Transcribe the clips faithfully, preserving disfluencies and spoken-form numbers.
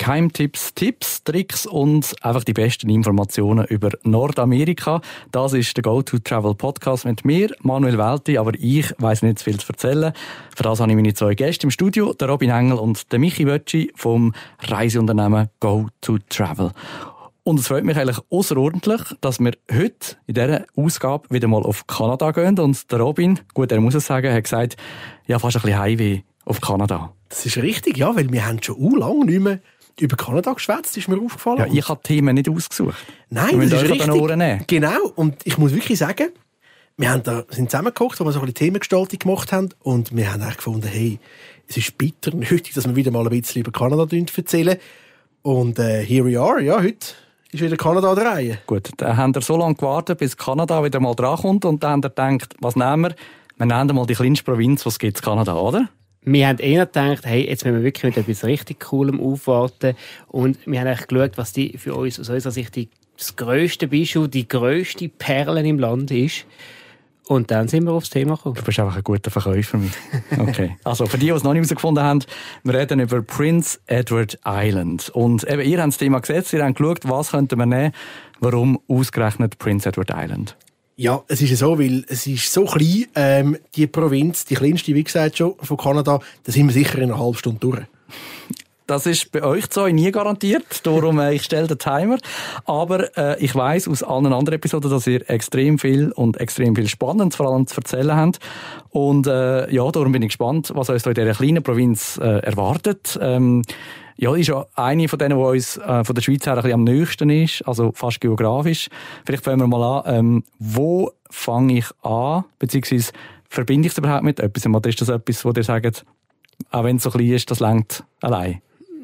Geheimtipps, Tipps, Tricks und einfach die besten Informationen über Nordamerika. Das ist der Go-To-Travel-Podcast mit mir, Manuel Welti, aber ich weiss nicht zu viel zu erzählen. Für das habe ich meine zwei Gäste im Studio, der Robin Engel und der Michi Wötschi vom Reiseunternehmen Go-To-Travel. Und es freut mich eigentlich ausserordentlich, dass wir heute in dieser Ausgabe wieder mal auf Kanada gehen. Und der Robin, gut, er muss es sagen, hat gesagt, ja, fast ein bisschen Heimweh auf Kanada. Das ist richtig, ja, weil wir haben schon u lang nicht mehr über Kanada geschwätzt, ist mir aufgefallen. Ja, ich habe die Themen nicht ausgesucht. Nein, das ist richtig. Genau, und ich muss wirklich sagen, wir haben da, sind zusammengekocht, wo wir so ein bisschen Themengestaltung gemacht haben und wir haben eigentlich gefunden, hey, es ist bitter nötig, dass wir wieder mal ein bisschen über Kanada erzählen. Und äh, here we are, ja, heute ist wieder Kanada an der Reihe. Gut, dann haben wir so lange gewartet, bis Kanada wieder mal drankommt und dann haben wir gedacht, was nehmen wir? Wir nehmen mal die kleinste Provinz, was gibt es Kanada, oder? Wir haben eher gedacht, hey, jetzt müssen wir wirklich mit etwas richtig Coolem aufwarten. Und wir haben eigentlich geschaut, was die für uns aus unserer Sicht die, das grösste Bischof, die grösste Perle im Land ist. Und dann sind wir aufs Thema gekommen. Du bist einfach ein guter Verkäufer. Okay. Also, für die, die es noch nicht herausgefunden haben, wir reden über Prince Edward Island. Und eben, ihr habt das Thema gesetzt, ihr habt geschaut, was könnten wir nehmen, warum ausgerechnet Prince Edward Island? Ja, es ist ja so, weil es ist so klein, ähm, die Provinz, die kleinste, wie gesagt schon, von Kanada, da sind wir sicher in einer halben Stunde durch. Das ist bei euch so nie garantiert, darum äh, ich stelle den Timer. Aber äh, ich weiss aus allen anderen Episoden, dass ihr extrem viel und extrem viel Spannendes vor allem zu erzählen habt. Und äh, ja, darum bin ich gespannt, was uns da in dieser kleinen Provinz äh, erwartet. Ähm, Ja, ist ja eine von denen, die uns äh, von der Schweiz her ein bisschen am nächsten ist, also fast geografisch. Vielleicht fangen wir mal an, ähm, wo fange ich an, beziehungsweise verbinde ich es überhaupt mit etwas? Oder ist das etwas, wo ihr sagt, auch wenn es so klein ist, das reicht allein?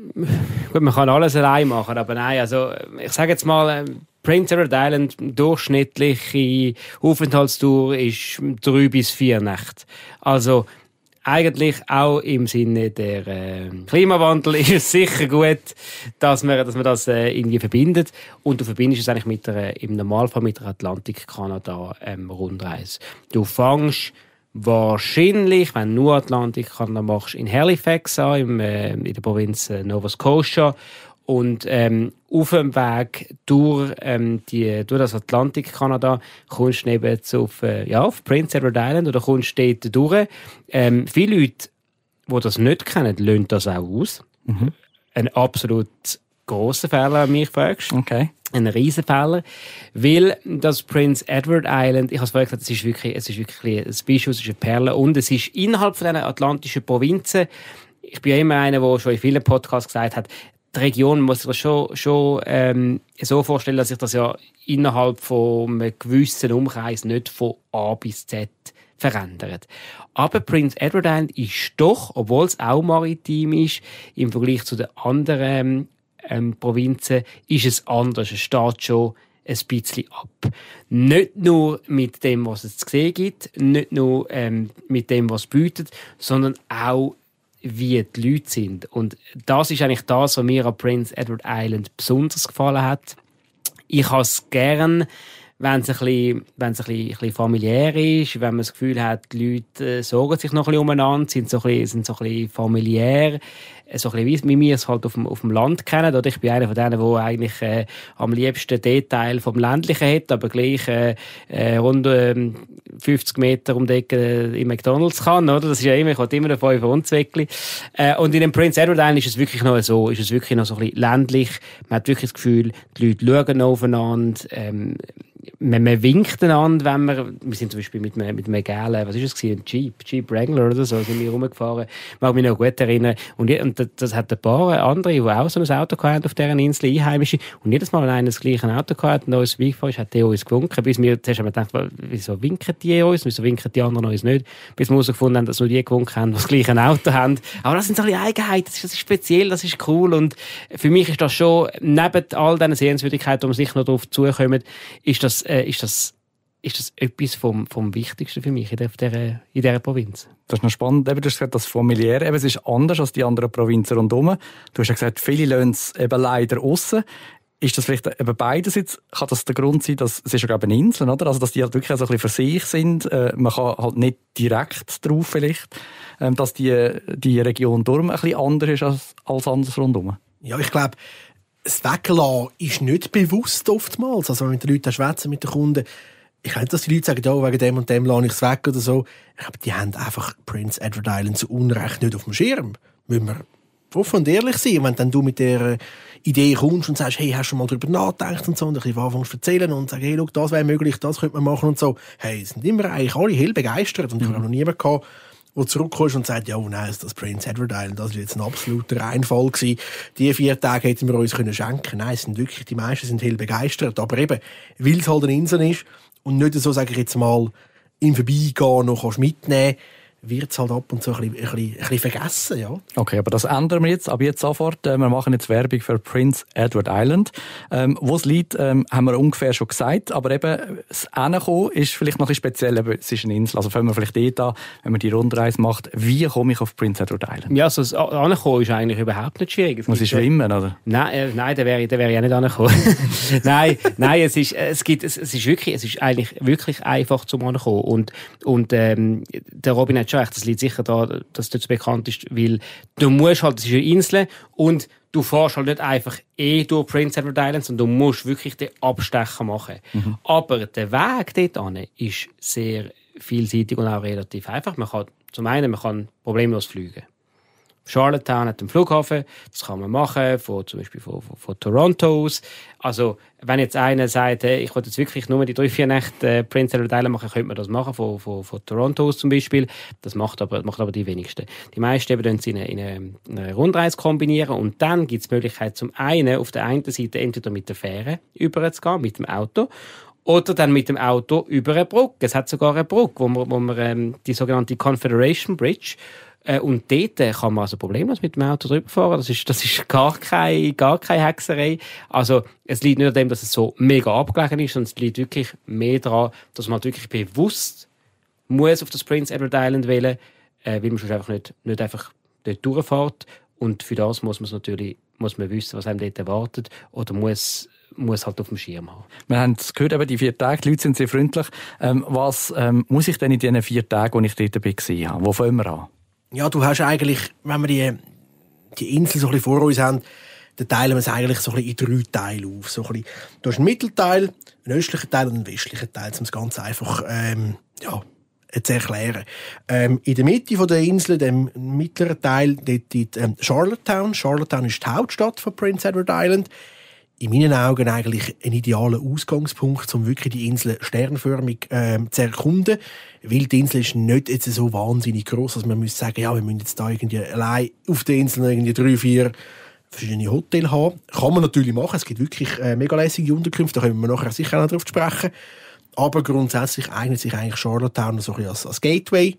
Gut, man kann alles allein machen, aber nein, also ich sage jetzt mal, Prince Edward Island, durchschnittliche Aufenthaltsdauer ist drei bis vier Nächte. Also eigentlich auch im Sinne der äh, Klimawandel ist es sicher gut, dass man, dass man das äh, irgendwie verbindet. Und du verbindest es eigentlich mit der, im Normalfall mit der Atlantik-Kanada-Rundreise. Ähm, du fängst wahrscheinlich, wenn du nur Atlantik-Kanada machst, in Halifax an, im, äh, in der Provinz äh, Nova Scotia. Und ähm, auf dem Weg durch, ähm, die, durch das Atlantik-Kanada kommst du eben auf, äh, ja, auf Prince Edward Island oder kommst dort durch. Ähm, viele Leute, die das nicht kennen, lassen das auch aus. Mhm. Ein absolut grosser Fehler, wenn mich fragst. Okay. Ein Riesenfehler. Weil das Prince Edward Island, ich habe es vorher gesagt, es ist wirklich, es ist wirklich ein Bischof, es ist eine Perle und es ist innerhalb von diesen atlantischen Provinzen. Ich bin ja immer einer, der schon in vielen Podcasts gesagt hat, die Region muss sich schon, schon ähm, so vorstellen, dass sich das ja innerhalb von einem gewissen Umkreis nicht von A bis Z verändert. Aber Prince Edward Island ist doch, obwohl es auch maritim ist, im Vergleich zu den anderen ähm, Provinzen, ist es anders. Es steht schon ein bisschen ab. Nicht nur mit dem, was es zu sehen gibt, nicht nur ähm, mit dem, was es bietet, sondern auch wie die Leute sind. Und das ist eigentlich das, was mir an Prince Edward Island besonders gefallen hat. Ich habe es gern, wenn es ein bisschen, wenn es ein bisschen, ein bisschen familiär ist, wenn man das Gefühl hat, die Leute äh, sorgen sich noch ein bisschen umeinander, sind so ein bisschen, sind so ein bisschen familiär, so ein bisschen wie wir es halt auf dem, auf dem Land kennen. Oder ich bin einer von denen, der eigentlich äh, am liebsten Detail vom Ländlichen hat, aber gleich äh, äh, rund äh, fünfzig Meter um die Ecke im McDonalds kann. Oder? Das ist ja immer, ich habe immer ein fünf Unzweckli. Äh, und in dem Prince Edward Island ist es wirklich noch so, ist es wirklich noch so ein bisschen ländlich. Man hat wirklich das Gefühl, die Leute schauen aufeinander, ähm, man, man winkt einander, wenn man, wir sind zum Beispiel mit einem, mit einem gelben, was ist es gewesen, ein Jeep, Jeep Wrangler oder so, sind wir rumgefahren, mag mich noch gut erinnern. Und, und das, das hat ein paar andere, die auch so ein Auto hatten auf dieser Insel, Einheimische. Und jedes Mal, wenn einer das gleiche Auto hatte und uns weggefahren ist, hat der uns gewunken. Bis wir zuerst haben wir gedacht, wieso winken die uns, wieso winken die anderen uns nicht? Bis wir herausgefunden haben, dass nur die gewunken haben, die das gleiche Auto haben. Aber das sind so ein bisschen Eigenheiten, das ist, das ist speziell, das ist cool. Und für mich ist das schon, neben all diesen Sehenswürdigkeiten, die sich noch darauf zukommen, ist das, äh, ist das ist das etwas vom, vom Wichtigsten für mich in dieser, in dieser Provinz. Das ist noch spannend. Eben, du hast gesagt, das Familiäre, eben, es ist anders als die anderen Provinzen rundherum. Du hast ja gesagt, viele lassen es eben leider aussen. Ist das vielleicht eben beides jetzt? Kann das der Grund sein, dass es ist ja glaube ich eine Insel, oder? Also, dass die halt wirklich so ein bisschen für sich sind. Äh, man kann halt nicht direkt drauf vielleicht, ähm, dass die, die Region darum ein bisschen anders ist als, als anders rundherum. Ja, ich glaube, das Weglassen ist nicht bewusst oftmals. Also wenn die Leute schwätzen mit den Kunden, ich weiß nicht, dass die Leute sagen, ja, wegen dem und dem lasse ich es weg oder so. Ich glaube, die haben einfach Prince Edward Island zu Unrecht nicht auf dem Schirm. Müssen wir offen und ehrlich sein. Wenn dann du mit der Idee kommst und sagst, hey, hast du schon mal darüber nachgedacht und so, und ein bisschen anfängst zu erzählen und sagst, hey, schau, das wäre möglich, das könnte man machen und so. Hey, sind immer eigentlich alle hell begeistert. Und ich habe noch niemanden gehabt, der zurückkommt und sagt, ja, nein, das Prince Edward Island, das war jetzt ein absoluter Reinfall gewesen. Die vier Tage hätten wir uns können schenken. Nein, es sind wirklich, die meisten sind hell begeistert. Aber eben, weil es halt eine Insel ist und nicht so, sage ich jetzt mal, im Vorbeigehen noch mitnehmen kannst, wird es halt ab und zu ein bisschen, ein bisschen, ein bisschen vergessen, ja. Okay, aber das ändern wir jetzt, aber jetzt sofort. Wir machen jetzt Werbung für Prince Edward Island. Ähm, wo es liegt, ähm, haben wir ungefähr schon gesagt, aber eben das Hinkommen ist vielleicht noch ein bisschen speziell, aber es ist eine Insel. Also fangen wir vielleicht dort an, wenn man die Rundreise macht. Wie komme ich auf Prince Edward Island? Ja, also das Hinkommen ist eigentlich überhaupt nicht schwierig. Es muss ich schwimmen, oder? Nein, äh, nein, da wäre, da wäre ich auch nicht hingekommen. nein, nein, es ist, es gibt, es, es ist wirklich, es ist eigentlich wirklich einfach zum Hinkommen. Und, und, ähm, der Robin hat schon recht, das liegt sicher da, dass das bekannt ist, weil du musst halt, es ist eine Insel und du fährst halt nicht einfach eh durch Prince Edward Island, sondern du musst wirklich den Abstecher machen. Mhm. Aber der Weg dorthin ist sehr vielseitig und auch relativ einfach. Man kann, zum einen, man kann problemlos fliegen. Charlottetown hat einen Flughafen, das kann man machen, von, zum Beispiel von, von, von Toronto aus. Also, wenn jetzt einer sagt, hey, ich will jetzt wirklich nur die drei, vier Nächte äh, Prince Edward Island machen, könnte man das machen, von, von, von Toronto aus zum Beispiel. Das macht aber, macht aber die wenigsten. Die meisten eben sie in eine, in eine, eine Rundreise kombinieren und dann gibt es die Möglichkeit, zum einen auf der einen Seite entweder mit der Fähre überzugehen, mit dem Auto, oder dann mit dem Auto über eine Brücke. Es hat sogar eine Brücke, wo man, wo man ähm, die sogenannte Confederation Bridge. Äh, und dort kann man also problemlos mit dem Auto drüber fahren. Das ist, das ist gar keine, gar keine Hexerei. Also, es liegt nicht an dem, dass es so mega abgelegen ist, sondern es liegt wirklich mehr daran, dass man halt wirklich bewusst muss auf das Prince Edward Island wählen, äh, weil man sonst einfach nicht, nicht einfach dort durchfährt. Und für das muss man natürlich, muss man wissen, was einem dort erwartet, oder muss, muss halt auf dem Schirm haben. Wir haben es gehört, eben die vier Tage, die Leute sind sehr freundlich. Ähm, was ähm, muss ich denn in diesen vier Tagen, wo ich dort war, wo fangen wir an? Ja, du hast eigentlich, wenn wir die, die Insel so ein bisschen vor uns haben, dann teilen wir es eigentlich so ein bisschen in drei Teile auf. So ein bisschen, du hast einen Mittelteil, einen östlichen Teil und einen westlichen Teil, um das Ganze einfach ähm, ja, zu erklären. Ähm, in der Mitte von der Insel, dem mittleren Teil, dort ist ähm, Charlottetown. Charlottetown ist die Hauptstadt von Prince Edward Island. In meinen Augen eigentlich ein idealer Ausgangspunkt, um wirklich die Insel sternförmig äh, zu erkunden. Weil die Insel ist nicht jetzt so wahnsinnig gross, dass man muss sagen, ja, wir müssen jetzt da irgendwie allein auf der Insel irgendwie drei, vier verschiedene Hotels haben. Kann man natürlich machen. Es gibt wirklich äh, mega lässige Unterkünfte, da können wir nachher sicher auch noch drauf sprechen. Aber grundsätzlich eignet sich eigentlich Charlottetown so ein bisschen als, als Gateway.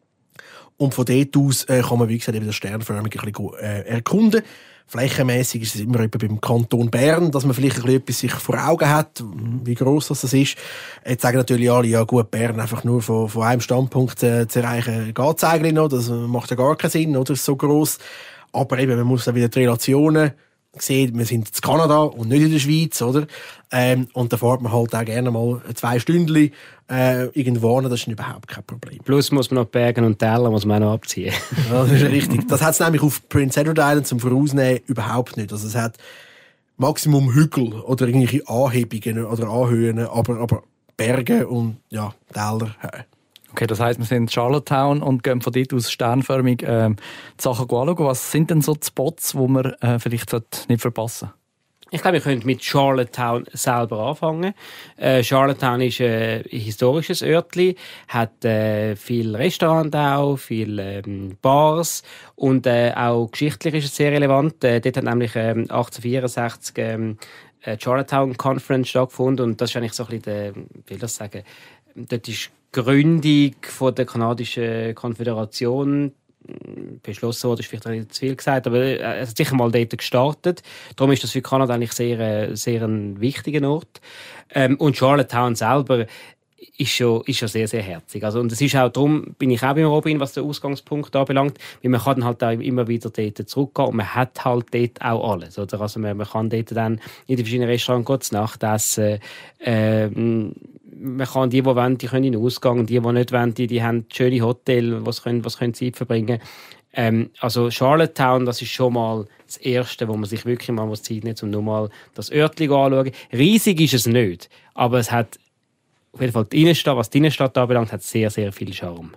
Und von dort aus äh, kann man, wie gesagt, eben das sternförmig ein bisschen äh, erkunden. Flächenmässig ist es immer etwa beim Kanton Bern, dass man vielleicht ein bisschen etwas sich vor Augen hat, wie gross das ist. Jetzt sagen natürlich alle, ja gut, Bern einfach nur von, von einem Standpunkt äh, zu erreichen, geht es eigentlich noch. Das macht ja gar keinen Sinn, oder? So gross. Aber eben, man muss dann wieder die Relationen sehen. Wir sind in Kanada und nicht in der Schweiz, oder? Ähm, und da fährt man halt auch gerne mal zwei Stündchen äh, irgendwo hin, das ist überhaupt kein Problem. Plus muss man noch Bergen und Täler muss man auch noch abziehen. Ja, das ist richtig. Das hat es nämlich auf Prince Edward Island zum Vorausnehmen überhaupt nicht. Also es hat Maximum Hügel oder irgendwelche Anhebungen oder Anhöhen, aber, aber Berge und ja, Täler. Ja. Okay, das heisst, wir sind in Charlottetown und gehen von dort aus sternförmig äh, die Sachen anschauen. Was sind denn so die Spots, die man äh, vielleicht nicht verpassen sollte? Ich glaube, wir können mit Charlottetown selber anfangen. Äh, Charlottetown ist äh, ein historisches Örtli, hat äh, viel Restaurant auch, viel ähm, Bars und äh, auch geschichtlich ist es sehr relevant. Äh, dort hat nämlich ähm, achtzehnhundertvierundsechzig ähm, äh, Charlottetown Conference stattgefunden und das ist eigentlich so ein bisschen der, wie will ich das sagen, dort ist die Gründung von der kanadischen Konföderation beschlossen wurde, ist vielleicht nicht zu viel gesagt, aber es hat sicher mal dort gestartet. Darum ist das für Kanada eigentlich sehr, sehr ein wichtiger Ort. Ähm, und Charlottetown selber ist schon, ist schon sehr, sehr herzig. Also, und es ist auch, darum bin ich auch beim Robin, was den Ausgangspunkt anbelangt, weil man kann halt auch immer wieder dort zurückgehen und man hat halt dort auch alles, oder? Also man, man kann dort dann in die verschiedenen Restaurants zu Nacht essen, ähm, man kann die, die wollen, die können in den Ausgang, und die, die nicht wollen, die, die haben schöne Hotels, was können, was können Zeit verbringen. Ähm, also Charlottetown, das ist schon mal das Erste, wo man sich wirklich mal was Zeit nimmt, um nur mal das Örtchen anzuschauen. Riesig ist es nicht, aber es hat auf jeden Fall die Innenstadt, was die Innenstadt anbelangt, hat sehr, sehr viel Charme.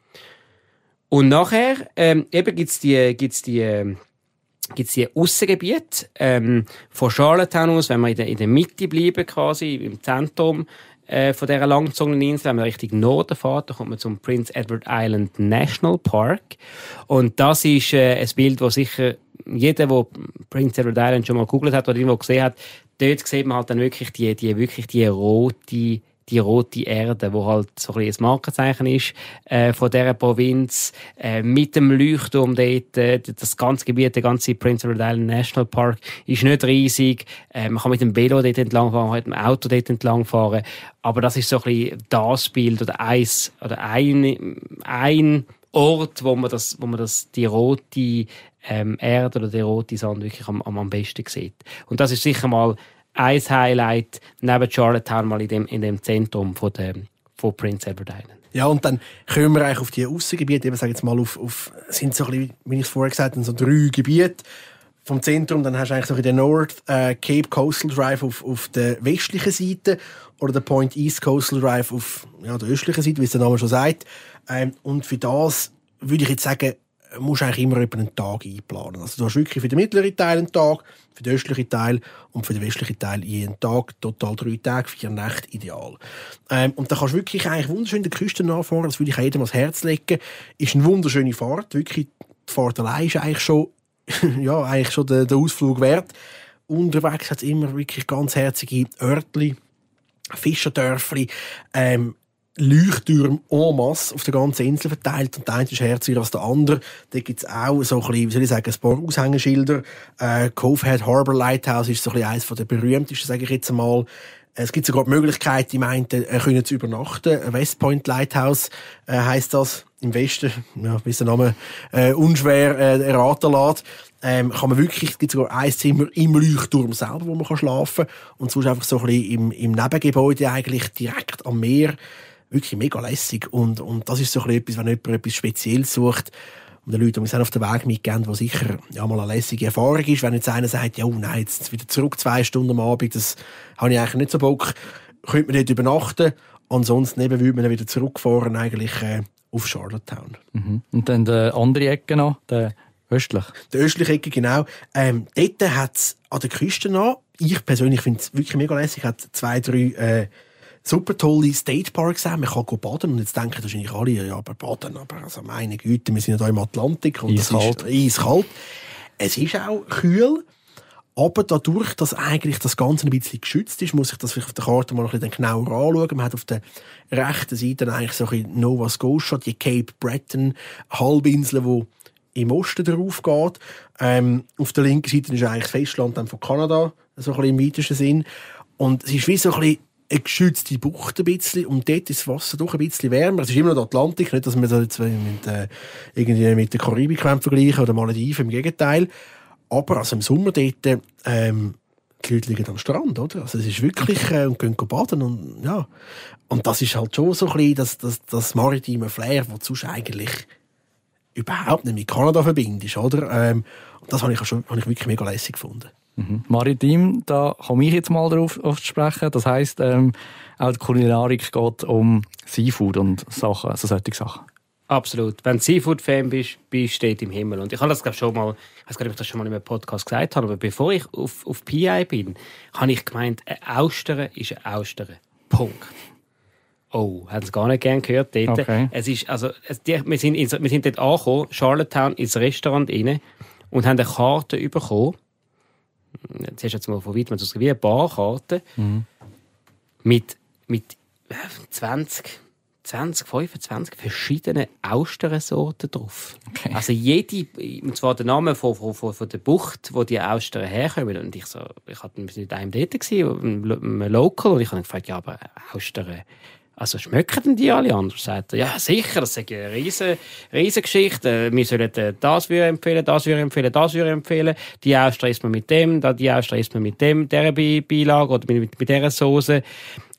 Und nachher ähm, eben gibt's die, gibt's die, äh, gibt's die Aussengebiete ähm, von Charlottetown aus, wenn wir in der, in der Mitte bleiben, quasi im Zentrum äh, von dieser langgezogenen Insel, wenn man Richtung Norden fährt, dann kommt man zum Prince Edward Island National Park. Und das ist äh, ein Bild, das sicher jeder, der Prince Edward Island schon mal gegoogelt hat oder irgendwo gesehen hat, dort sieht man halt dann wirklich die, die, wirklich die rote die rote Erde, wo halt so ein bisschen ein Markenzeichen ist äh, von dieser Provinz, äh, mit dem Leuchtturm dort, äh, das ganze Gebiet, der ganze Prince Edward Island National Park ist nicht riesig, äh, man kann mit dem Velo dort entlang fahren, man kann mit dem Auto dort entlang fahren, aber das ist so ein bisschen das Bild oder eins, oder ein, ein Ort, wo man das, wo man das, die rote ähm, Erde oder die rote Sand wirklich am, am, am besten sieht. Und das ist sicher mal ein Highlight neben Charlottetown mal in dem, in dem Zentrum von, der, von Prince Edward Island. Ja, und dann kommen wir eigentlich auf die Aussengebiete, eben, sag jetzt mal, auf, auf, sind so ein bisschen, wie ich es vorher gesagt habe, so drei Gebiete vom Zentrum, dann hast du eigentlich so den North äh, Cape Coastal Drive auf, auf der westlichen Seite oder der Point East Coastal Drive auf ja, der östlichen Seite, wie es der Name schon sagt. Ähm, und für das würde ich jetzt sagen, musst du eigentlich immer über einen Tag einplanen. Also du hast wirklich für den mittleren Teil einen Tag, für den östlichen Teil und für den westlichen Teil jeden Tag, total drei Tage, vier Nächte, ideal. Ähm, und da kannst du wirklich eigentlich wunderschön die Küste nachfahren, das würde ich jedem ans Herz legen. Ist eine wunderschöne Fahrt, wirklich, die Fahrt allein ist eigentlich schon, ja, eigentlich schon der, der Ausflug wert. Unterwegs hat es immer wirklich ganz herzige Örtli, Fischerdörfli, ähm, Leuchttürme en masse auf der ganzen Insel verteilt und der eine ist herziger als der andere. Da gibt es auch so ein bisschen, wie soll ich sagen, ein paar Aushängeschilder. Äh, Cove Head Harbour Lighthouse ist so ein bisschen eines der berühmtesten, sage ich jetzt einmal. Es gibt sogar die Möglichkeit, die meinten, äh, können zu übernachten. West Point Lighthouse äh, heisst das im Westen, ja, wie der Name äh, unschwer äh, erraten lässt. Ähm, kann man wirklich, es gibt sogar ein Zimmer im Leuchtturm selber, wo man kann schlafen kann. Und sonst einfach so ein bisschen im, im Nebengebäude eigentlich direkt am Meer. Wirklich mega lässig. Und, und das ist so ein bisschen etwas, wenn jemand etwas Spezielles sucht. Und die Leute, die uns auf den Weg mitgeben, die sicher ja, mal eine lässige Erfahrung ist. Wenn jetzt einer sagt, ja, nein, jetzt wieder zurück zwei Stunden am Abend, das habe ich eigentlich nicht so Bock, könnte man dort übernachten. Ansonsten eben würde man dann wieder zurückfahren, eigentlich äh, auf Charlottetown. Mhm. Und dann die andere Ecke noch, der östliche? Die östliche Ecke, genau. Ähm, dort hat es an der Küste noch, ich persönlich finde es wirklich mega lässig, hat zwei, drei äh, super tolle State Parks haben. Man kann go baden und jetzt denken wahrscheinlich alle, ja, aber baden, aber also meine Güte, wir sind ja hier im Atlantik und eiskalt. Das ist eiskalt. Es ist auch kühl, aber dadurch, dass eigentlich das Ganze ein bisschen geschützt ist, muss ich das auf der Karte mal ein bisschen genauer anschauen. Man hat auf der rechten Seite eigentlich so ein bisschen Nova Scotia, die Cape Breton Halbinsel, die im Osten drauf geht. Ähm, auf der linken Seite ist eigentlich das Festland dann von Kanada, so ein bisschen im weitesten Sinn. Und es ist wie so ein bisschen eine geschützte Bucht ein bisschen und dort ist das Wasser doch ein bisschen wärmer. Es ist immer noch der Atlantik, nicht, dass wir das jetzt mit, äh, irgendwie mit der Karibik vergleichen oder Malediven, im Gegenteil. Aber also im Sommer dort, ähm, die Leute liegen am Strand, oder? Also es ist wirklich, äh, und gehen baden und, ja. Und das ist halt schon so ein bisschen das, das, das maritime Flair, das du sonst eigentlich überhaupt nicht mit Kanada verbindest, oder? Ähm, und das habe ich, schon, habe ich wirklich mega lässig gefunden. Mhm. Maritim, da komme ich jetzt mal darauf auf zu sprechen. Das heisst, ähm, auch die Kulinarik geht um Seafood und Sachen, also solche Sachen. Absolut. Wenn du Seafood-Fan bist, bist du steht im Himmel. Und ich habe das glaube schon mal, ich weiß gar nicht, ob ich das schon mal in einem Podcast gesagt habe, aber bevor ich auf, auf P I bin, habe ich gemeint, eine Austern ist eine Austern. Punkt. Oh, haben Sie gar nicht gern gehört dort. Okay. Es ist, also, es, die, wir, sind in, wir sind dort angekommen, Charlottetown, ins Restaurant rein und haben eine Karte bekommen. Jetzt hast du jetzt mal von weitem aus wie eine Barkarte mhm. mit, mit zwanzig, zwanzig, fünfundzwanzig verschiedenen Austernsorten drauf. Okay. Also jede, und zwar der Name von, von, von, von der Bucht, wo die Austern herkommen. Und ich so, ich hatte mit einem dort gewesen, einem Local, und ich habe gefragt, ja, aber Austern, also schmecken denn die alle anders? Sagt er, ja sicher, das ist eine riesen, riesen Geschichte. Wir sollen das würde empfehlen, das würde empfehlen, das würde empfehlen. Die Austern isst man mit dem, die Austern isst man mit dem, dieser Beilage oder mit, mit dieser Soße.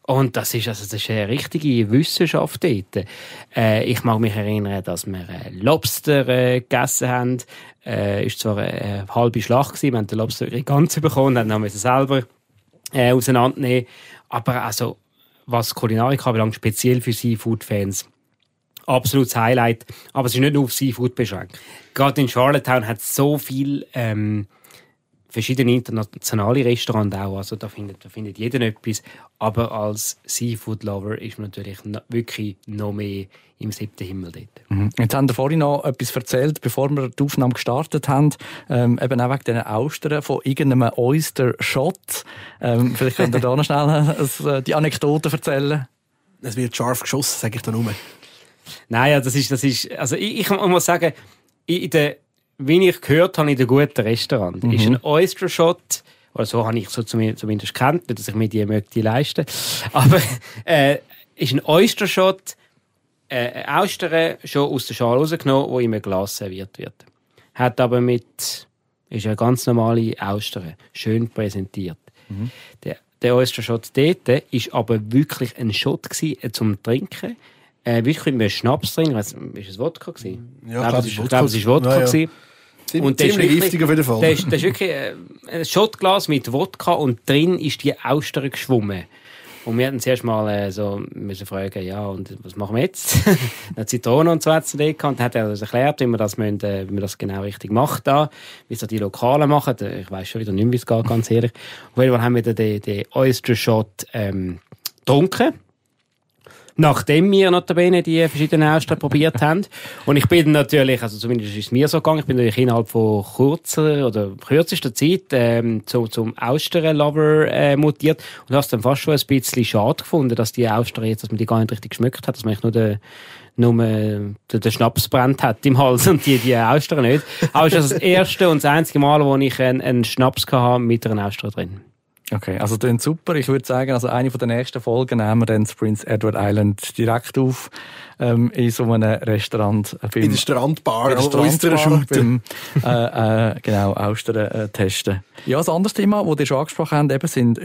Und das ist, also, das ist eine richtige Wissenschaft dort. Äh, ich mag mich erinnern, dass wir äh, Lobster äh, gegessen haben. Äh, ist zwar eine halbe Schlacht gewesen, wir haben den Lobster ganz bekommen, dann haben wir es selber äh, auseinandernehmen. Aber also, was Kulinarik anbelangt, speziell für Seafood-Fans, absolutes Highlight. Aber es ist nicht nur auf Seafood beschränkt. Gerade in Charlottetown hat es so viel ähm, verschiedene internationale Restaurants auch. Also da findet, da findet jeder etwas. Aber als Seafood-Lover ist man natürlich no, wirklich noch mehr im siebten Himmel dort. Mhm. Jetzt haben wir vorhin noch etwas erzählt, bevor wir die Aufnahme gestartet haben. Ähm, eben auch wegen diesen Austern von irgendeinem Oyster-Shot. Ähm, vielleicht könnt ihr da noch schnell äh, die Anekdote erzählen. Es wird scharf geschossen, sage ich da nur. Nein, ja, das ist, das ist, also ich, ich muss sagen, in der, wie ich gehört habe, in den guten Restaurant, mhm. ist ein Oyster-Shot, oder so habe ich so zumindest kennt, nicht, dass ich mir die möchte leisten, aber äh, ist ein Oyster-Shot, äh, Austern schon aus der Schale rausgenommen, wo in einem Glas serviert wird. Hat aber mit, ist eine ganz normale Austern, schön präsentiert. Mhm. Der, der Oyster-Shot dort ist aber wirklich ein Shot gewesen, äh, zum Trinken. Äh, wirklich mit einem Schnaps drin. War es Wodka gewesen? Ja, ich glaube, es war Wodka. Wodka ja, ja. Und ziemlich giftig auf jeden Fall. Das ist, das ist wirklich äh, ein Shotglas mit Wodka und drin ist die Auster geschwommen. Und wir hatten zuerst mal äh, so müssen fragen, ja, und was machen wir jetzt? Eine Zitrone und so hat es und dann hat er uns erklärt, wie man das, müssen, äh, wie man das genau richtig macht da, wie es die Lokalen machen. Ich weiss schon wieder nicht, wie es geht, ganz ehrlich. Auf jeden Fall haben wir den, den Oyster Shot ähm, getrunken. Nachdem wir notabene die verschiedenen Austern probiert haben. Und ich bin natürlich, also zumindest ist es mir so gegangen, ich bin natürlich innerhalb von kurzer oder kürzester Zeit ähm, zu, zum Austern-Lover äh, mutiert und habe es dann fast schon ein bisschen schade gefunden, dass die Austern jetzt, dass man die gar nicht richtig geschmeckt hat, dass man eigentlich nur den nur den, den Schnaps brennt hat im Hals und die, die Austern nicht. Aber es ist das erste und das einzige Mal, wo ich einen, einen Schnaps hatte mit einer Austern drin. Okay, also dann super. Ich würde sagen, also eine von der nächsten Folgen nehmen wir dann das Prince Edward Island direkt auf ähm, in so einem Restaurant. Beim, in der Strandbar, in der Strandbar beim äh, äh, genau, Austern äh, testen. Ja, ein anderes Thema, das ihr schon angesprochen habt, eben sind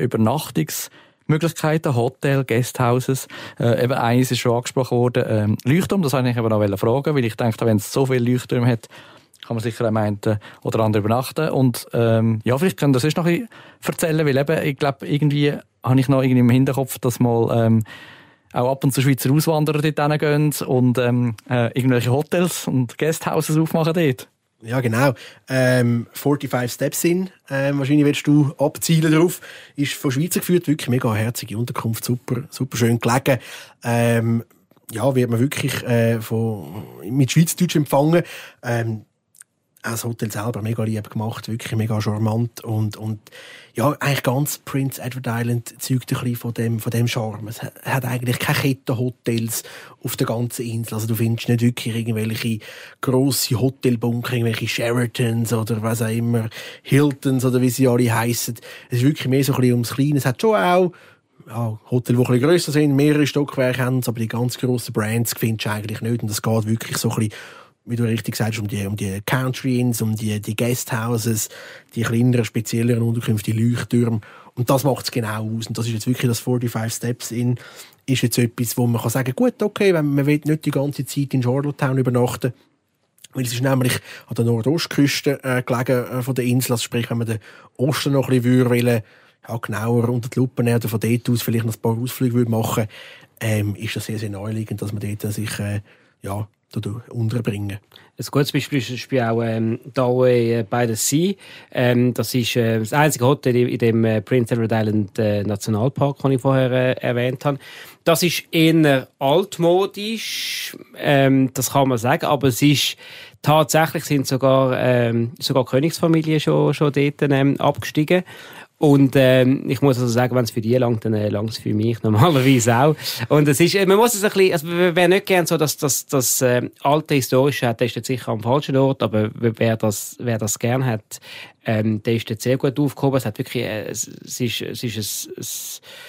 Übernachtungsmöglichkeiten, Hotel, Guesthouses. Äh, eben eins ist schon angesprochen worden, ähm, Leuchtturm, das wollte ich aber noch fragen, weil ich denke, wenn es so viele Leuchttürme hat, kann man sicher am einen oder anderen übernachten. Und ähm, ja, vielleicht können wir das sonst noch ein bisschen erzählen, weil eben, ich glaube, irgendwie habe ich noch irgendwie im Hinterkopf, dass mal ähm, auch ab und zu Schweizer Auswanderer dort hingehen und ähm, äh, irgendwelche Hotels und Guesthouses aufmachen dort. Ja, genau. Ähm, fünfundvierzig Steps in, ähm, wahrscheinlich willst du abzielen drauf, ist von Schweizer geführt, wirklich mega herzige Unterkunft, super, super schön gelegen. Ähm, ja, wird man wirklich äh, von, mit Schweizerdeutsch empfangen. Ähm, Auch das Hotel selber mega lieb gemacht, wirklich mega charmant und, und ja, eigentlich ganz Prince Edward Island zeugt ein bisschen von dem, von dem Charme. Es hat eigentlich keine Kettenhotels auf der ganzen Insel. Also du findest nicht wirklich irgendwelche grosse Hotelbunker, irgendwelche Sheratons oder was auch immer, Hiltons oder wie sie alle heissen. Es ist wirklich mehr so ein bisschen ums Kleine. Es hat schon auch ja, Hotels, die ein bisschen grösser sind, mehrere Stockwerke haben, aber die ganz grossen Brands findest du eigentlich nicht. Und es geht wirklich so ein bisschen, wie du richtig sagst, um die, um die Country Inns, um die, die Guesthouses, die kleineren, spezielleren Unterkünfte, die Leuchttürme. Und das macht es genau aus. Und das ist jetzt wirklich das fünfundvierzig Steps in, ist jetzt etwas, wo man kann sagen, gut, okay, wenn man will nicht die ganze Zeit in Charlottetown übernachten, weil es ist nämlich an der Nordostküste äh, gelegen äh, von der Insel, also sprich, wenn man den Osten noch ein bisschen wollen, ja, genauer unter die Lupe nehmen oder von dort aus vielleicht noch ein paar Ausflüge würde machen, ähm, ist das sehr, sehr naheliegend, dass man dort sich, äh, ja, unterbringen. Ein gutes Beispiel ist zum Beispiel auch ähm, da äh, bei der Sea. Ähm, das ist äh, das einzige Hotel in dem äh, Prince Edward Island äh, Nationalpark, den ich vorher äh, erwähnt habe. Das ist eher altmodisch, ähm, das kann man sagen, aber es ist tatsächlich sind sogar ähm, sogar Königsfamilien schon schon dort ähm, abgestiegen. Und ähm, ich muss also sagen, wenn es für die langt, dann äh, langt es für mich normalerweise auch. Und es ist, man muss es ein bisschen, also wer nicht gern so das, das, das äh, alte Historische hat, der ist jetzt sicher am falschen Ort, aber wer das, wer das gern hat, ähm, der ist jetzt sehr gut aufgehoben. Es hat wirklich, äh, es, es ist, es ist ein,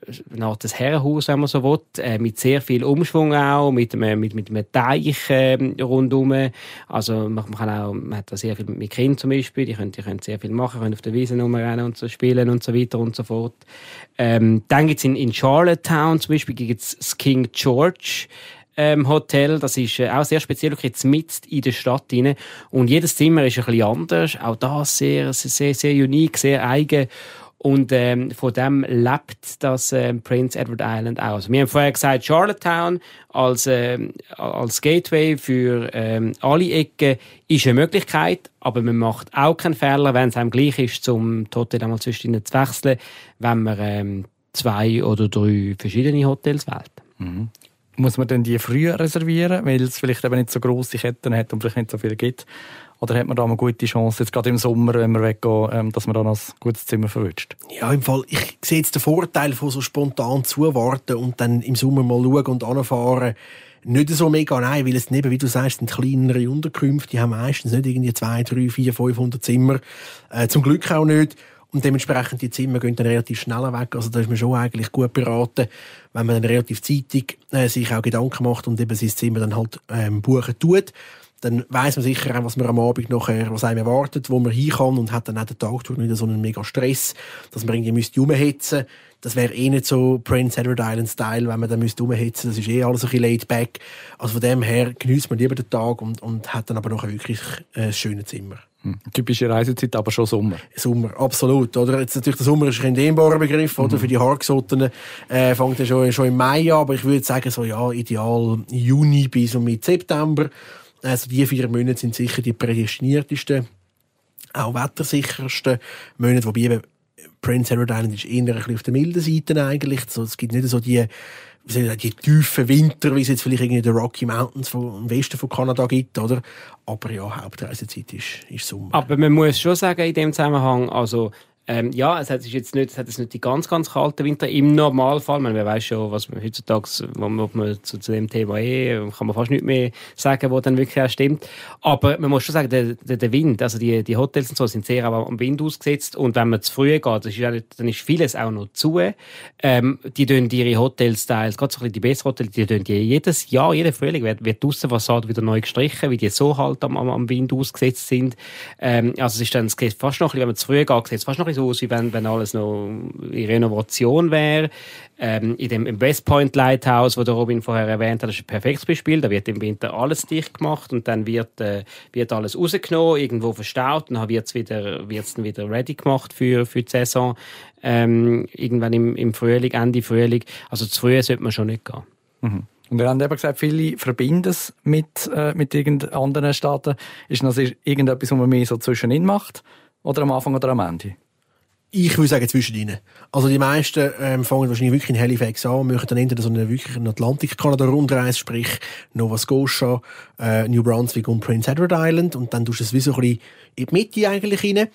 eine Art des Herrenhaus, wenn man so will, äh, mit sehr viel Umschwung auch, mit einem, mit, mit einem Teich äh, rundum. Also man, man kann auch, man hat da sehr viel mit Kindern zum Beispiel, die können, die können sehr viel machen, können auf der Wiese rumrennen und so spielen und so weiter und so fort. Ähm, dann gibt's in, in Charlottetown zum Beispiel gibt's das King George Ähm, Hotel, das ist äh, auch sehr speziell, jetzt mitten in der Stadt rein. Und jedes Zimmer ist ein bisschen anders, auch das sehr, sehr, sehr unique, sehr eigen. Und ähm, von dem lebt das ähm, Prince Edward Island auch. Also wir haben vorher gesagt, Charlottetown als, ähm, als Gateway für ähm, alle Ecken ist eine Möglichkeit, aber man macht auch keinen Fehler, wenn es einem gleich ist, zum Hotel einmal zwischendurch zu wechseln, wenn man ähm, zwei oder drei verschiedene Hotels wählt. Mhm. Muss man denn die früher reservieren, weil es vielleicht eben nicht so grosse Ketten hat und vielleicht nicht so viel gibt? Oder hat man da eine gute Chance, jetzt gerade im Sommer, wenn wir weggehen, dass man dann ein gutes Zimmer verwünscht? Ja, im Fall, ich sehe jetzt den Vorteil von so spontan zuwarten und dann im Sommer mal schauen und anfahren. Nicht so mega, nein, weil es eben, wie du sagst, sind kleinere Unterkünfte, die haben meistens nicht irgendwie zwei, drei, vier, fünfhundert Zimmer. Äh, zum Glück auch nicht. Und dementsprechend die Zimmer gehen dann relativ schnell weg. Also da ist man schon eigentlich gut beraten, wenn man dann relativ zeitig äh, sich auch Gedanken macht und eben sein Zimmer dann halt ähm, buchen tut. Dann weiss man sicher auch, was man am Abend nachher, was einem erwartet, wo man hin kann und hat dann auch den Tag durch nicht so einen mega Stress, dass man irgendwie müsste rumhetzen. Das wäre eh nicht so Prince Edward Island Style, wenn man dann müsste rumhetzen. Das ist eh alles ein bisschen laid back. Also von dem her genießt man lieber den Tag und, und hat dann aber nachher wirklich äh, ein schönes Zimmer. Hm. Typische Reisezeit, aber schon Sommer. Sommer, absolut. Oder? Jetzt natürlich, der Sommer ist ein dehnbarer Begriff, oder? Mhm. Für die Hartgesottenen äh, fängt er schon, schon im Mai an, aber ich würde sagen, so, ja, ideal Juni bis und mit September. Also die vier Monate sind sicher die prädestiniertesten, auch wettersichersten Monate, wobei eben Prince Edward Island ist eher ein bisschen auf der milden Seite eigentlich. So, es gibt nicht so die, die tiefen Winter, wie es jetzt vielleicht irgendwie in den Rocky Mountains vom, im Westen von Kanada gibt, oder? Aber ja, Hauptreisezeit ist, ist Sommer. Aber man muss schon sagen, in dem Zusammenhang, also, Ähm, ja, es hat jetzt nicht, es hat jetzt nicht die ganz, ganz kalten Winter. Im Normalfall, man weiß schon, was man heutzutage, wo man, man zu, zu dem Thema eh, kann man fast nicht mehr sagen, wo dann wirklich auch stimmt. Aber man muss schon sagen, der, der, der Wind, also die, die Hotels und so sind sehr auch am Wind ausgesetzt. Und wenn man zu früh geht, das ist ja nicht, dann ist vieles auch noch zu. Ähm, die tun ihre Hotels-Styles, gerade so ein bisschen die besseren Hotels, die tun die jedes Jahr, jeden Frühling wird, wird die Aussenfassade wieder neu gestrichen, weil die so halt am, am Wind ausgesetzt sind. Ähm, also es ist dann, es geht fast noch ein bisschen, wenn man zu früh geht, sieht es fast noch so aus, wie wenn, wenn alles noch in Renovation wäre. Ähm, in dem, im West Point Lighthouse, wo der Robin vorher erwähnt hat, das ist ein perfektes Beispiel. Da wird im Winter alles dicht gemacht und dann wird, äh, wird alles rausgenommen, irgendwo verstaut und dann wird es wieder, wird's dann wieder ready gemacht für, für die Saison. Ähm, irgendwann im, im Frühling, Ende Frühling. Also zu früh sollte man schon nicht gehen. Mhm. Und wir haben eben gesagt, viele verbinden es mit, äh, mit irgendeinen anderen Staaten. Ist das irgendetwas, was man mehr so zwischenin macht? Oder am Anfang oder am Ende? Ich würde sagen, zwischen ihnen. Also die meisten ähm, fangen wahrscheinlich wirklich in Halifax an und machen dann entweder so eine wirklich eine Atlantik-Kanada-Rundreise, sprich Nova Scotia, äh, New Brunswick und Prince Edward Island. Und dann tust du es wie so ein bisschen in die Mitte eigentlich rein.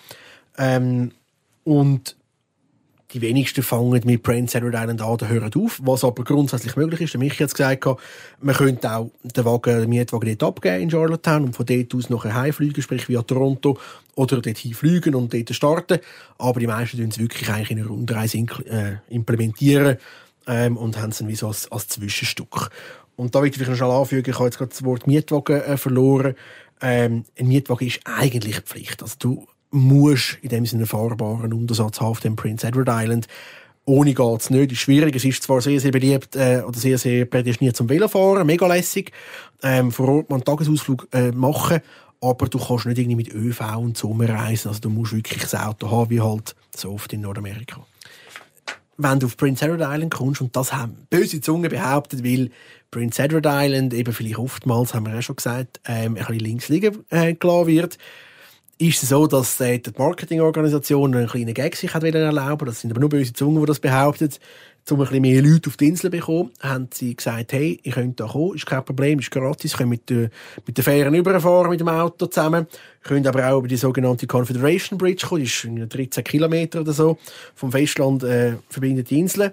Ähm, und die wenigsten fangen mit Prince Edward Island an und hören auf. Was aber grundsätzlich möglich ist, der Michi hat es gesagt, man könnte auch den Wagen, den Mietwagen dort abgeben in Charlottetown und von dort aus nachher heimfliegen, sprich via Toronto, oder dort hinfliegen und dort starten. Aber die meisten tun es wirklich eigentlich in eine Rundreise äh, implementieren ähm, und haben es dann wie so als, als Zwischenstück. Und da will ich vielleicht noch schnell anfügen, ich habe jetzt gerade das Wort Mietwagen äh, verloren. Ähm, ein Mietwagen ist eigentlich eine Pflicht. Also du musst in dem Sinne einen fahrbaren Untersatz haben auf dem Prince Edward Island. Ohne geht's nicht. Ist schwierig. Es ist zwar sehr, sehr beliebt äh, oder sehr, sehr prädestiniert zum Velofahren, mega lässig. Ähm, vor Ort mal einen Tagesausflug äh, machen, aber du kannst nicht irgendwie mit ÖV und Sommer reisen. Also du musst wirklich das Auto haben, wie halt so oft in Nordamerika. Wenn du auf Prince Edward Island kommst, und das haben böse Zungen behauptet, weil Prince Edward Island eben vielleicht oftmals, haben wir ja schon gesagt, ähm, ein bisschen links liegen äh, gelassen wird, ist es so, dass äh, die Marketingorganisation einen kleinen Gag sich hat erlauben. Das sind aber nur böse Zungen, die das behaupten. Um ein bisschen mehr Leute auf die Insel zu bekommen, haben sie gesagt, hey, ihr könnt da kommen, ist kein Problem, ist gratis, ihr könnt mit der, mit der Fähren überfahren mit dem Auto zusammen. Ihr könnt aber auch über die sogenannte Confederation Bridge kommen, die ist dreizehn Kilometer oder so vom Festland, äh, verbindet die Insel.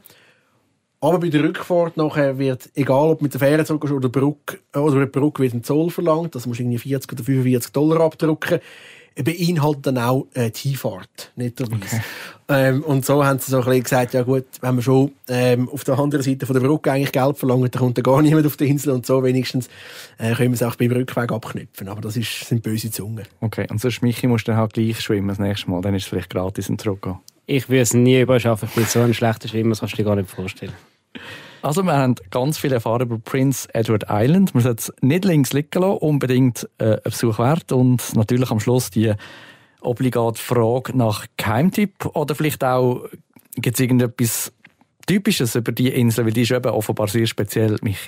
Aber bei der Rückfahrt nachher wird, egal ob mit der Fähre zurück oder Brücke, oder über die Brücke wird ein Zoll verlangt, das musst du irgendwie vierzig oder fünfundvierzig Dollar abdrücken. beinhaltet dann auch äh, die Hinfahrt, netterweise. Okay. Ähm, und so haben sie so ein bisschen gesagt, ja gut, wenn wir schon ähm, auf der anderen Seite von der Brücke eigentlich Geld verlangen, dann kommt da gar niemand auf die Insel und so wenigstens äh, können wir es auch beim Rückweg abknüpfen. Aber das ist, sind böse Zungen. Okay, und sonst, Michi, musst du dann halt gleich schwimmen das nächste Mal, dann ist es vielleicht gratis im Zurückgehen. Ich würde es nie überschaffen, ich bin so ein schlechter Schwimmer, das kannst du dir gar nicht vorstellen. Also wir haben ganz viel erfahren über Prince Edward Island. Wir sollten es nicht links liegen lassen, unbedingt äh, ein Besuch wert. Und natürlich am Schluss die obligate Frage nach Geheimtipp. Oder vielleicht auch, gibt es irgendetwas Typisches über die Insel, weil die ist eben offenbar sehr speziell, Michi.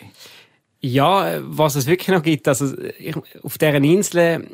Ja, was es wirklich noch gibt, also ich, auf dieser Insel...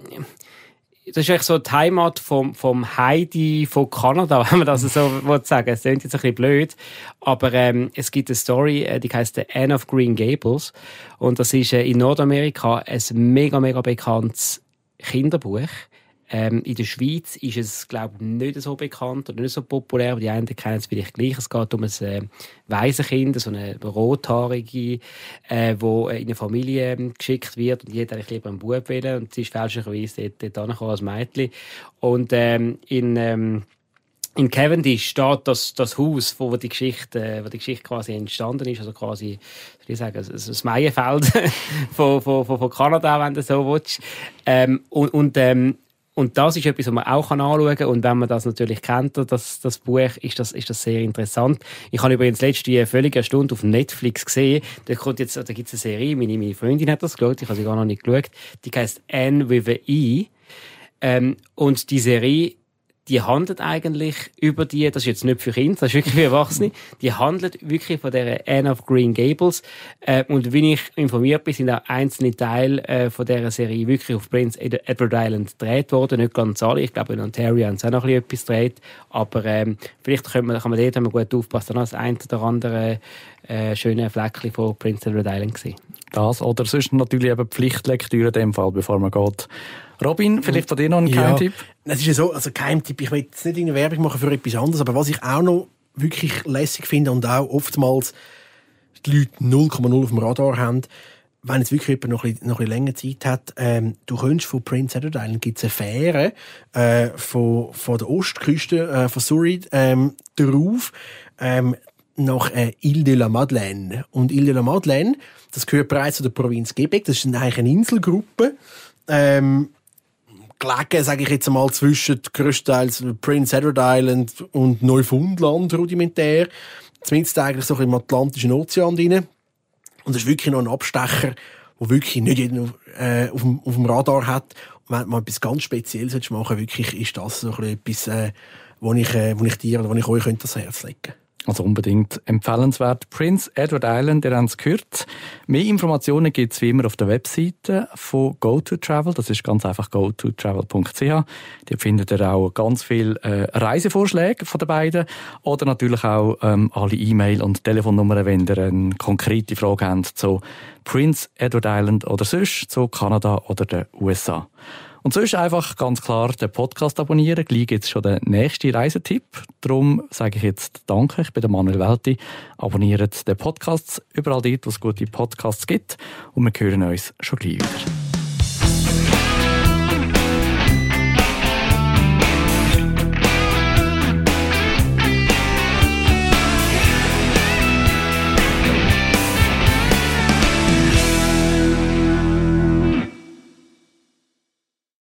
Das ist eigentlich so die Heimat vom, vom Heidi von Kanada, wenn man das so sagen will. Es klingt jetzt ein bisschen blöd, aber ähm, es gibt eine Story, die heisst The Anne of Green Gables. Und das ist äh, in Nordamerika ein mega, mega bekanntes Kinderbuch. Ähm, in der Schweiz ist es, glaube ich, nicht so bekannt oder nicht so populär, aber die einen kennen es vielleicht gleich. Es geht um ein äh, Waisenkind, so eine rothaarige, äh, wo in eine Familie äh, geschickt wird und die hat eigentlich lieber einen Bub wollen und sie ist fälschlicherweise dort, dort angekommen als Mädchen. Und ähm, in... Ähm, In Cavendish steht das, das Haus, wo die Geschichte, wo die Geschichte quasi entstanden ist, also quasi, soll ich sagen, das Maienfeld von, von, von Kanada, wenn du so willst. Ähm, und, und, ähm, und das ist etwas, was man auch anschauen kann. Und wenn man das natürlich kennt, das, das Buch, ist das, ist das sehr interessant. Ich habe übrigens letzte völlig eine Stunde auf Netflix gesehen. Da kommt jetzt, da gibt es eine Serie, meine, meine Freundin hat das geschaut, ich habe sie gar noch nicht geschaut. Die heisst Anne with a E. Ähm, und die Serie, die handelt eigentlich über die, das ist jetzt nicht für Kinder, das ist wirklich für Erwachsene, die handelt wirklich von der Anne of Green Gables. Äh, und wie ich informiert bin, sind auch einzelne Teile äh, von dieser Serie wirklich auf Prince Edward Island gedreht worden. Nicht ganz alle, ich glaube in Ontario haben sie auch noch ein bisschen etwas gedreht. Aber ähm, vielleicht kann man, kann man dort, wenn man gut aufpasst, dann das ein oder andere äh, schöne Fleckchen von Prince Edward Island gesehen. Das oder sonst natürlich eben Pflichtlektüre in dem Fall, bevor man geht. Robin, vielleicht von dir noch ein Geheimtipp? Ja, es ist ja so, also Geheimtipp, ich will jetzt nicht irgendeine Werbung machen für etwas anderes, aber was ich auch noch wirklich lässig finde und auch oftmals die Leute null Komma null auf dem Radar haben, wenn jetzt wirklich jemand noch ein bisschen, noch ein bisschen länger Zeit hat, ähm, du könntest von Prince Edward Island gibt's eine Fähre äh, von, von der Ostküste äh, von Surrey ähm, drauf ähm, nach äh, Ile de la Madeleine. Und Ile de la Madeleine, das gehört bereits zu der Provinz Quebec, das ist eigentlich eine Inselgruppe, ähm, gelegen, sage ich jetzt einmal, zwischen grösstenteils Prince Edward Island und Neufundland rudimentär. Zumindest eigentlich so im Atlantischen Ozean drin. Und das ist wirklich noch ein Abstecher, der wirklich nicht jeder äh, auf, dem, auf dem Radar hat. Und wenn man etwas ganz Spezielles machen will, wirklich ist das so etwas, äh, wo ich, äh, wo ich dir oder wo ich euch ans Herz legen könnte. Also unbedingt empfehlenswert. Prince Edward Island, ihr habt es gehört. Mehr Informationen gibt es wie immer auf der Webseite von GoToTravel. Das ist ganz einfach go to travel punkt c h. Dort findet ihr auch ganz viele äh, Reisevorschläge von den beiden. Oder natürlich auch ähm, alle E-Mail- und Telefonnummern, wenn ihr eine konkrete Frage habt zu Prince Edward Island oder sonst zu Kanada oder den U S A. Und sonst einfach ganz klar den Podcast abonnieren. Gleich gibt es schon den nächsten Reisetipp. Darum sage ich jetzt Danke. Ich bin der Manuel Welti. Abonniert den Podcast überall dort, wo es gute Podcasts gibt. Und wir hören uns schon gleich wieder.